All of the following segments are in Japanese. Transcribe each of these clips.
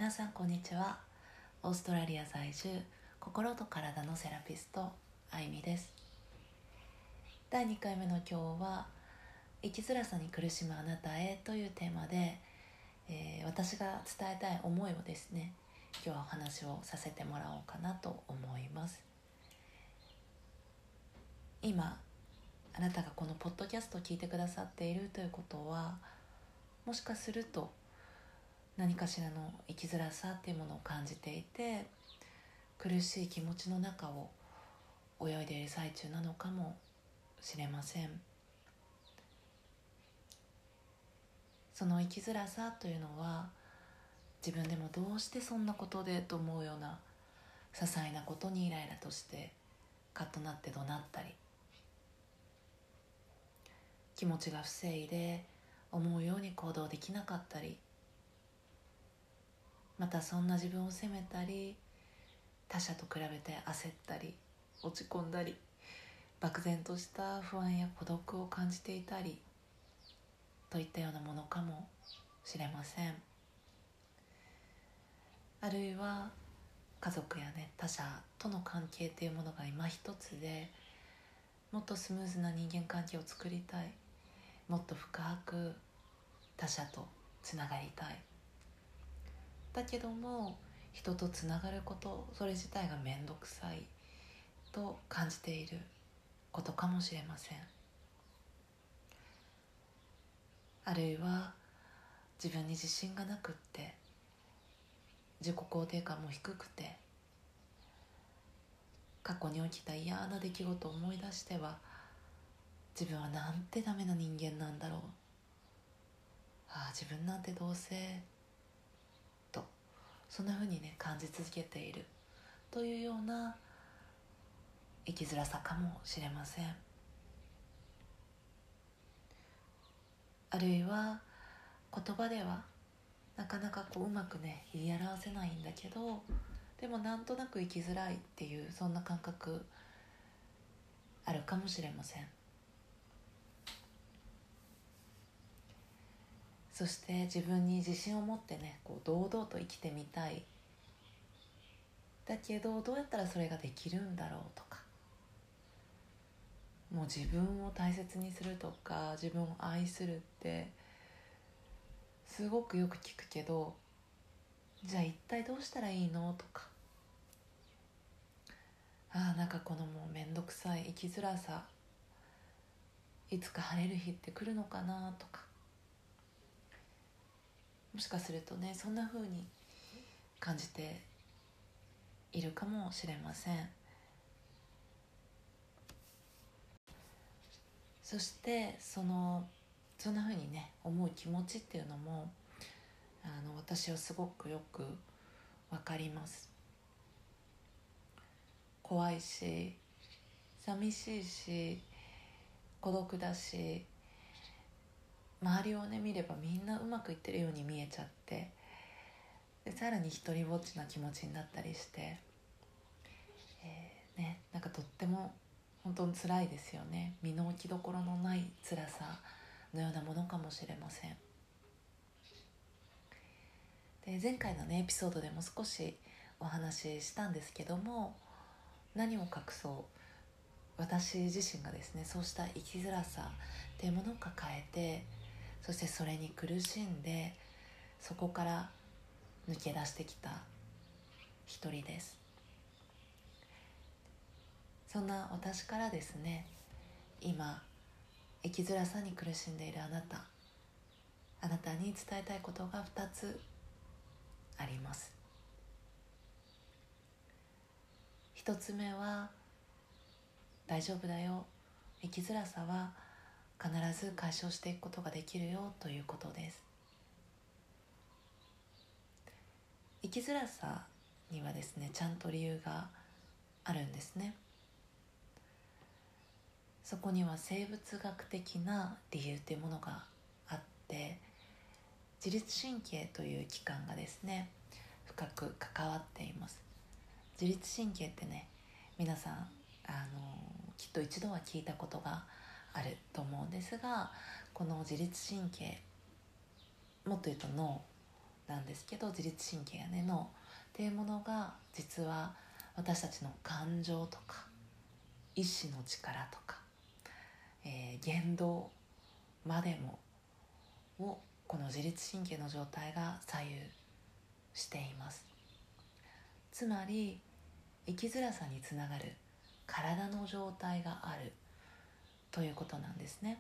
皆さんこんにちは。オーストラリア在住、心と体のセラピストあいみです。第2回目の今日は生きづらさに苦しむあなたへというテーマで、私が伝えたい思いをですね、今日はお話をさせてもらおうかなと思います。今あなたがこのポッドキャストを聞いてくださっているということは、もしかすると何かしらの生きづらさっていうものを感じていて、苦しい気持ちの中を泳いでいる最中なのかもしれません。その生きづらさというのは、自分でもどうしてそんなことでと思うような些細なことにイライラとしてカッとなって怒鳴ったり、気持ちが防いで思うように行動できなかったり、またそんな自分を責めたり、他者と比べて焦ったり落ち込んだり、漠然とした不安や孤独を感じていたりといったようなものかもしれません。あるいは家族や他者との関係というものが今一つで、もっとスムーズな人間関係を作りたい、もっと深く他者とつながりたい、だけども人とつながること、それ自体が面倒くさいと感じていることかもしれません。あるいは自分に自信がなくって、自己肯定感も低くて、過去に起きた嫌な出来事を思い出しては、自分はなんてダメな人間なんだろう、自分なんてどうせと、そんな風に感じ続けているというような生きづらさかもしれません。あるいは言葉ではなかなかうまく言い表せないんだけど、でもなんとなく生きづらいっていう、そんな感覚あるかもしれません。そして自分に自信を持って堂々と生きてみたい、だけどどうやったらそれができるんだろうとか、もう自分を大切にするとか自分を愛するってすごくよく聞くけど、じゃあ一体どうしたらいいのとか、なんかこのもうめんどくさい生きづらさ、いつか晴れる日って来るのかなとか、もしかするとそんな風に感じているかもしれません。そしてそんな風に思う気持ちっていうのも、私はすごくよくわかります。怖いし、寂しいし、孤独だし、周りを見ればみんなうまくいってるように見えちゃって、でさらに一人ぼっちな気持ちになったりして、なんかとっても本当に辛いですよね。身の置きどころのない辛さのようなものかもしれません。で前回のエピソードでも少しお話ししたんですけども、何を隠そう、私自身がそうした生きづらさっていうものを抱えて、そしてそれに苦しんで、そこから抜け出してきた一人です。そんな私から今生きづらさに苦しんでいるあなたに伝えたいことが2つあります。1つ目は、大丈夫だよ、生きづらさは必ず解消していくことができるよということです。生きづらさにはちゃんと理由があるんですね。そこには生物学的な理由というものがあって、自律神経という器官が深く関わっています。自律神経って皆さんきっと一度は聞いたことがあると思うんですが、この自律神経、もっと言うと脳なんですけど、自律神経やね脳っていうものが実は私たちの感情とか意志の力とか、言動までもをこの自律神経の状態が左右しています。つまり生きづらさにつながる体の状態があるということなんですね。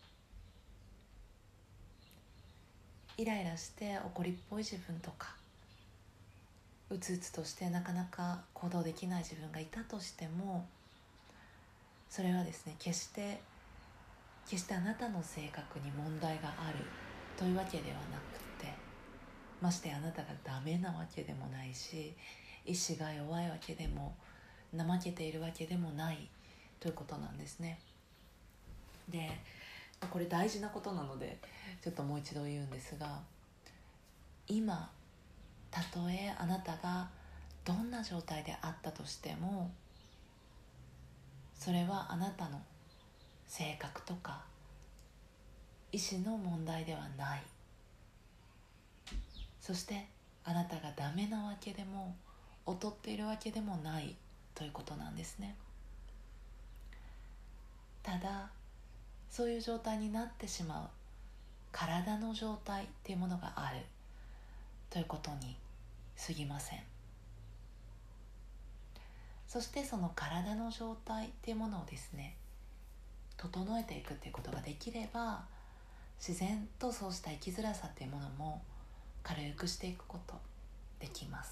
イライラして怒りっぽい自分とか、うつうつとしてなかなか行動できない自分がいたとしても、それはですね、決してあなたの性格に問題があるというわけではなくて、ましてあなたがダメなわけでもないし、意志が弱いわけでも怠けているわけでもないということなんですね。で、これ大事なことなのでちょっともう一度言うんですが、今たとえあなたがどんな状態であったとしても、それはあなたの性格とか意志の問題ではない。そしてあなたがダメなわけでも劣っているわけでもないということなんですね。ただそういう状態になってしまう体の状態っていうものがあるということに過ぎません。そしてその体の状態っていうものをですね、整えていくっていうことができれば、自然とそうした生きづらさっていうものも軽くしていくことできます。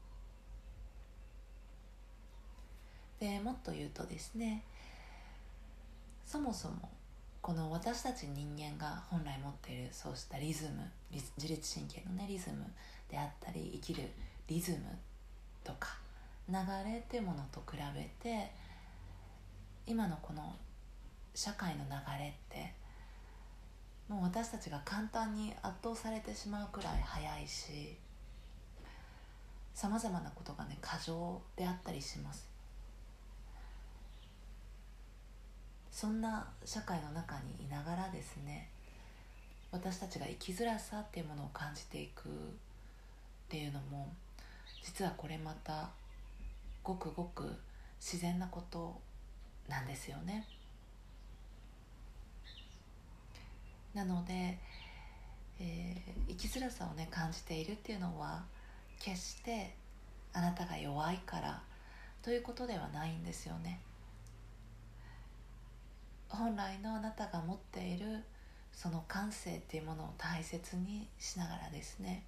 でもっと言うとですね、そもそもこの私たち人間が本来持っているそうしたリズム、自律神経のねリズムであったり、生きるリズムとか流れっていうものと比べて、今のこの社会の流れってもう私たちが簡単に圧倒されてしまうくらい早いし、さまざまなことがね過剰であったりします。そんな社会の中にいながらですね、私たちが生きづらさっていうものを感じていくっていうのも、実はこれまたごくごく自然なことなんですよね。なので、生きづらさをね感じているっていうのは決してあなたが弱いからということではないんですよね。本来のあなたが持っているその感性っていうものを大切にしながらですね、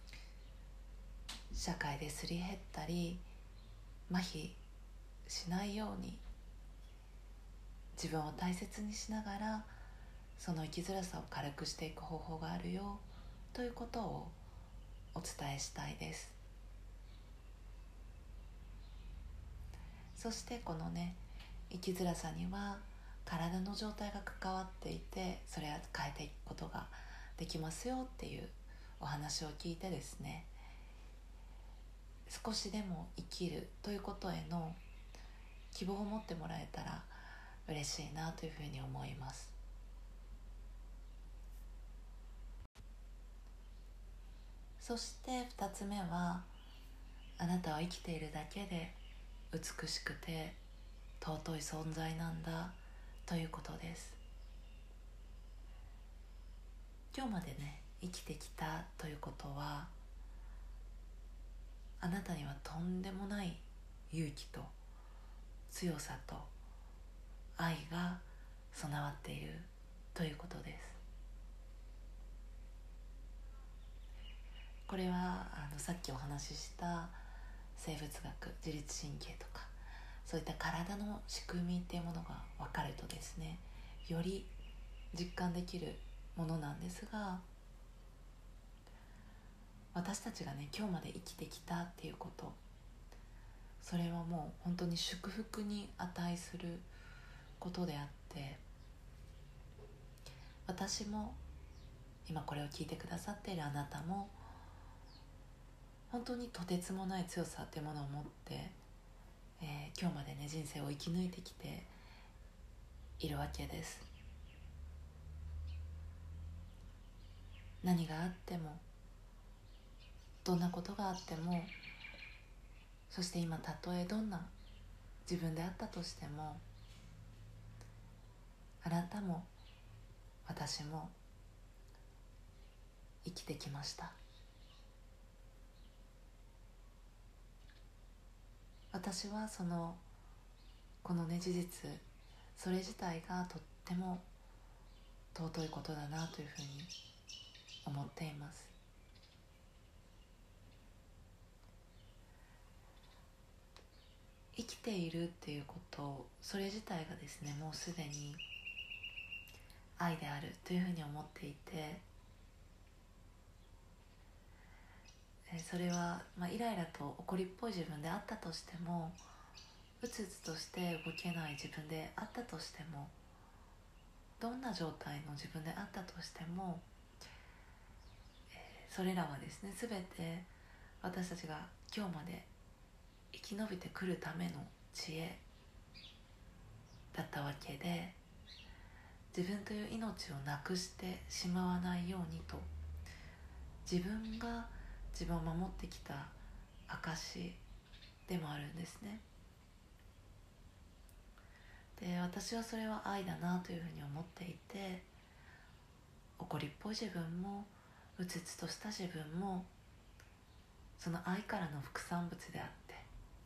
社会ですり減ったり麻痺しないように自分を大切にしながら、その生きづらさを軽くしていく方法があるよということをお伝えしたいです。そしてこのね生きづらさには体の状態が関わっていて、それは変えていくことができますよっていうお話を聞いてですね、少しでも生きるということへの希望を持ってもらえたら嬉しいなというふうに思います。そして2つ目は、あなたは生きているだけで美しくて尊い存在なんだということです。今日までね生きてきたということは、あなたにはとんでもない勇気と強さと愛が備わっているということです。これはさっきお話しした生物学、自律神経とかそういった体の仕組みっていうものが分かるとですね、より実感できるものなんですが、私たちがね今日まで生きてきたっていうこと、それはもう本当に祝福に値することであって、私も今これを聞いてくださっているあなたも本当にとてつもない強さっていうものを持って、今日までね人生を生き抜いてきているわけです。何があってもどんなことがあっても、そして今たとえどんな自分であったとしても、あなたも私も生きてきました。私はこのね事実、それ自体がとっても尊いことだなというふうに思っています。生きているっていうこと、それ自体がですね、もうすでに愛であるというふうに思っていて、それは、イライラと怒りっぽい自分であったとしても、うつうつとして動けない自分であったとしても、どんな状態の自分であったとしても、それらはですね、全て私たちが今日まで生き延びてくるための知恵だったわけで、自分という命をなくしてしまわないようにと、自分が自分を守ってきた証でもあるんですね。で、私はそれは愛だなというふうに思っていて、怒りっぽい自分もうつつとした自分もその愛からの副産物であって、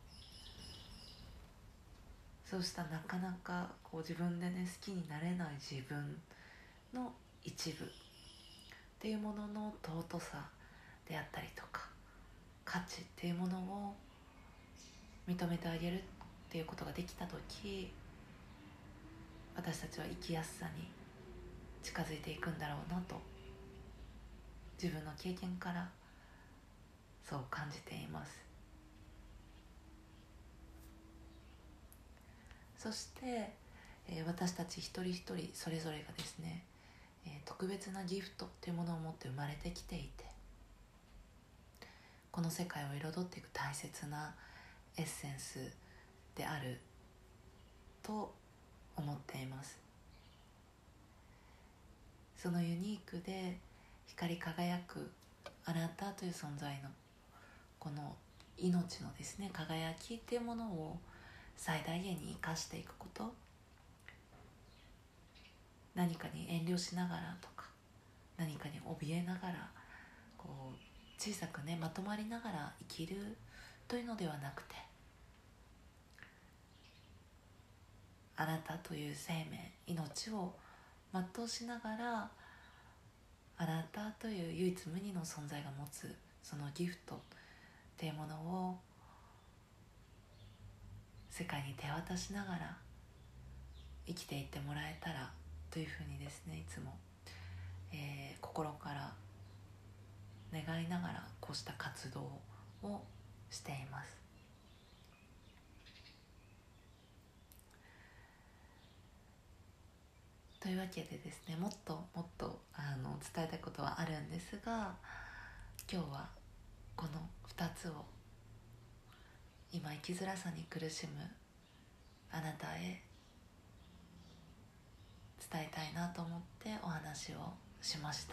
そうしたなかなか自分でね好きになれない自分の一部っていうものの尊さであったりとか価値っていうものを認めてあげるっていうことができた時、私たちは生きやすさに近づいていくんだろうなと、自分の経験からそう感じています。そして、私たち一人一人それぞれがですね、特別なギフトというものを持って生まれてきていて、この世界を彩っていく大切なエッセンスであると思っています。そのユニークで光り輝くあなたという存在のこの命のですね輝きっていうものを最大限に生かしていくこと、何かに遠慮しながらとか何かに怯えながら小さくねまとまりながら生きるというのではなくて、あなたという生命、命を全うしながら、あなたという唯一無二の存在が持つそのギフトっていうものを世界に手渡しながら生きていってもらえたらというふうにですね、いつも、心から願いながらこうした活動をしています。というわけでですね、もっともっと伝えたいことはあるんですが、今日はこの2つを今生きづらさに苦しむあなたへ伝えたいなと思ってお話をしました。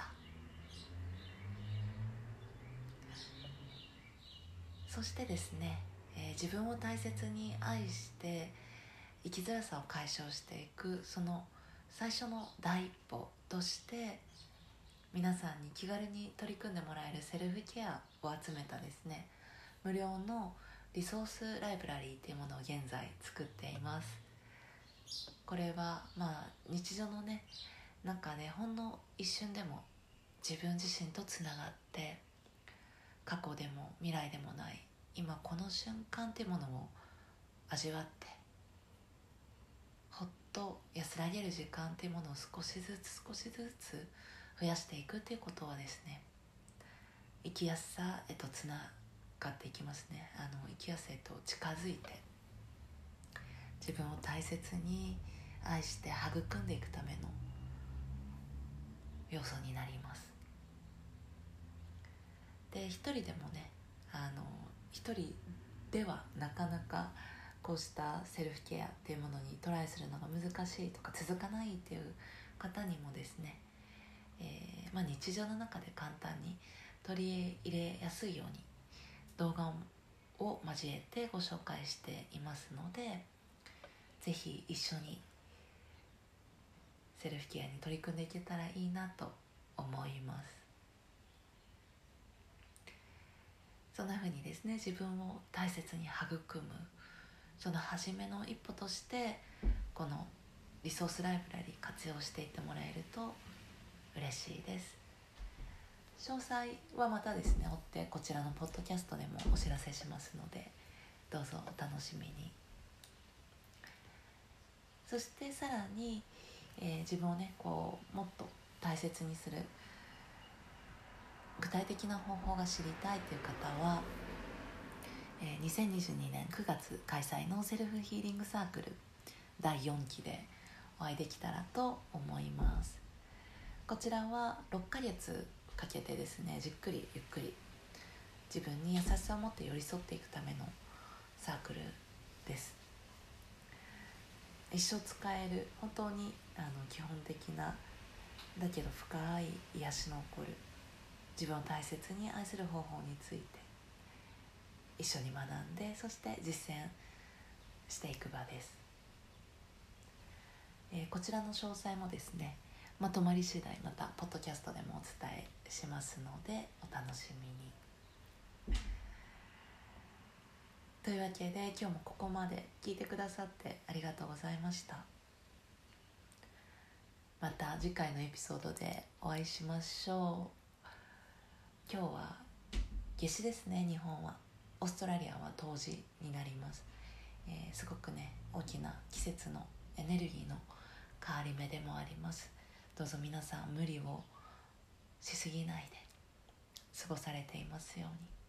そしてですね、自分を大切に愛して生きづらさを解消していくその最初の第一歩として、皆さんに気軽に取り組んでもらえるセルフケアを集めたですね、無料のリソースライブラリーというものを現在作っています。これは日常のね中でほんの一瞬でも自分自身とつながって、過去でも未来でもない今この瞬間っていうものを味わって、ほっと安らげる時間っていうものを少しずつ増やしていくっていうことはですね、生きやすさへとつながっていきますね。生きやすさへと近づいて、自分を大切に愛して育んでいくための要素になります。で、一人でもね一人ではなかなかこうしたセルフケアっていうものにトライするのが難しいとか続かないっていう方にもですね、日常の中で簡単に取り入れやすいように動画を交えてご紹介していますので、ぜひ一緒にセルフケアに取り組んでいけたらいいなと思います。そんな風にですね、自分を大切に育むその初めの一歩としてこのリソースライブラリー活用していってもらえると嬉しいです。詳細はまたですね、追ってこちらのポッドキャストでもお知らせしますので、どうぞお楽しみに。そしてさらに、自分をねもっと大切にする具体的な方法が知りたいという方は、2022年9月開催のセルフヒーリングサークル第4期でお会いできたらと思います。こちらは6ヶ月かけてですね、じっくりゆっくり自分に優しさを持って寄り添っていくためのサークルです。一生使える本当に基本的なだけど深い癒しの起こる自分を大切に愛する方法について一緒に学んで、そして実践していく場です。こちらの詳細もですね、まとまり次第またポッドキャストでもお伝えしますのでお楽しみに。というわけで今日もここまで聞いてくださってありがとうございました。また次回のエピソードでお会いしましょう。今日は夏至ですね。日本は、オーストラリアは冬至になります。すごくね大きな季節のエネルギーの変わり目でもあります。どうぞ皆さん無理をしすぎないで過ごされていますように。